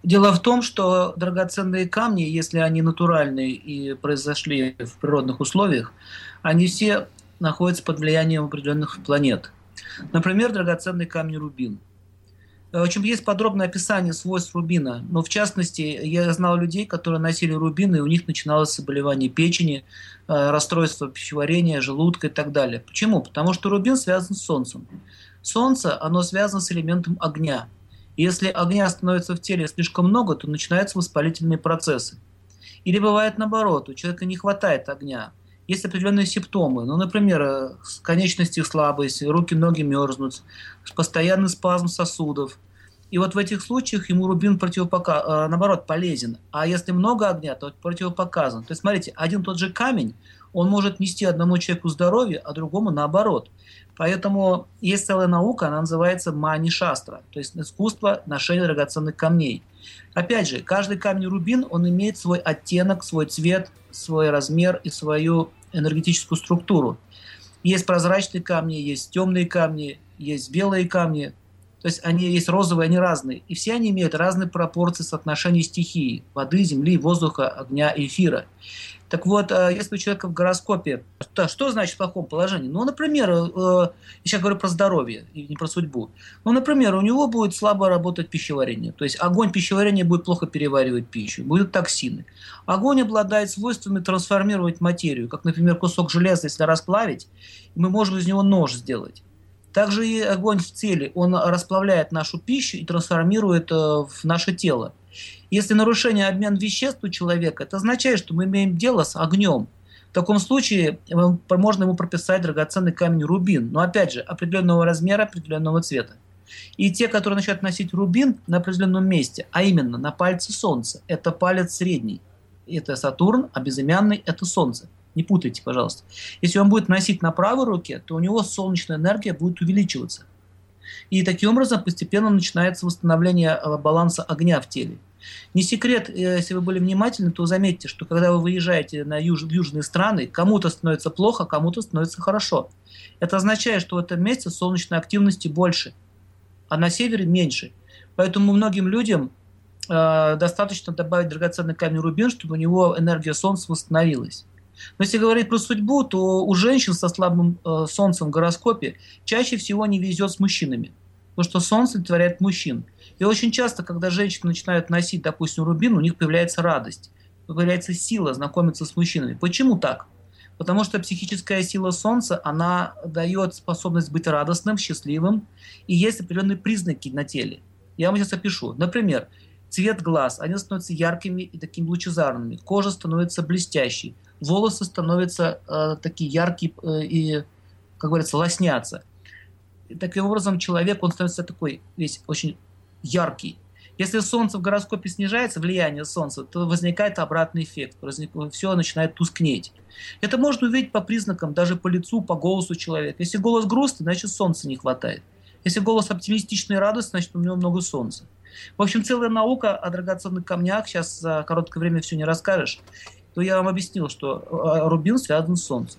Дело в том, что драгоценные камни, если они натуральные и произошли в природных условиях, они все находятся под влиянием определенных планет. Например, драгоценный камень рубин. Очень есть подробное описание свойств рубина. Но в частности, я знал людей, которые носили рубины, и у них начиналось заболевание печени, расстройство пищеварения, желудка и так далее. Почему? Потому что рубин связан с Солнцем. Солнце, оно связано с элементом огня. И если огня становится в теле слишком много, то начинаются воспалительные процессы. Или бывает наоборот, у человека не хватает огня. Есть определенные симптомы. Ну, например, конечности слабость, руки, ноги мерзнут, постоянный спазм сосудов. И вот в этих случаях ему рубин наоборот полезен. А если много огня, то противопоказан. То есть, смотрите, один тот же камень, он может нести одному человеку здоровье, а другому наоборот. Поэтому есть целая наука, она называется мани-шастра, то есть искусство ношения драгоценных камней. Опять же, каждый камень рубин, он имеет свой оттенок, свой цвет, свой размер и свою энергетическую структуру. Есть прозрачные камни, есть темные камни, есть белые камни, то есть они есть розовые, они разные. И все они имеют разные пропорции соотношения стихий – воды, земли, воздуха, огня и эфира. Так вот, если у человека в гороскопе, что значит в плохом положении? Ну, например, я сейчас говорю про здоровье, и не про судьбу. Ну, например, у него будет слабо работать пищеварение. То есть огонь пищеварения будет плохо переваривать пищу, будут токсины. Огонь обладает свойствами трансформировать материю, как, например, кусок железа, если расплавить, мы можем из него нож сделать. Также и огонь в теле, он расплавляет нашу пищу и трансформирует в наше тело. Если нарушение обмена веществ у человека, это означает, что мы имеем дело с огнем. В таком случае можно ему прописать драгоценный камень рубин, но опять же определенного размера, определенного цвета. И те, которые начинают носить рубин на определенном месте, а именно на пальце Солнца, это палец средний, это Сатурн, а безымянный это Солнце. Не путайте, пожалуйста. Если он будет носить на правой руке, то у него солнечная энергия будет увеличиваться. И таким образом постепенно начинается восстановление баланса огня в теле. Не секрет, если вы были внимательны, то заметьте, что когда вы выезжаете в южные страны, кому-то становится плохо, кому-то становится хорошо. Это означает, что в этом месте солнечной активности больше, а на севере меньше. Поэтому многим людям достаточно добавить драгоценный камень рубин, чтобы у него энергия солнца восстановилась. Но если говорить про судьбу, то у женщин со слабым солнцем в гороскопе чаще всего не везет с мужчинами. Потому что солнце олицетворяет мужчин. И очень часто, когда женщины начинают носить, допустим, рубин, у них появляется радость, появляется сила знакомиться с мужчинами. Почему так? Потому что психическая сила солнца, она дает способность быть радостным, счастливым, и есть определенные признаки на теле. Я вам сейчас опишу. Например, цвет глаз, они становятся яркими и такими лучезарными, кожа становится блестящей, волосы становятся такие яркие и, как говорится, лоснятся. И таким образом человек, он становится такой весь очень яркий. Если солнце в гороскопе снижается, влияние солнца, то возникает обратный эффект, все начинает тускнеть. Это можно увидеть по признакам, даже по лицу, по голосу человека. Если голос грустный, значит солнца не хватает. Если голос оптимистичный и радостный, значит у него много солнца. В общем, целая наука о драгоценных камнях, сейчас за короткое время все не расскажешь, то я вам объяснил, что рубин связан с солнцем.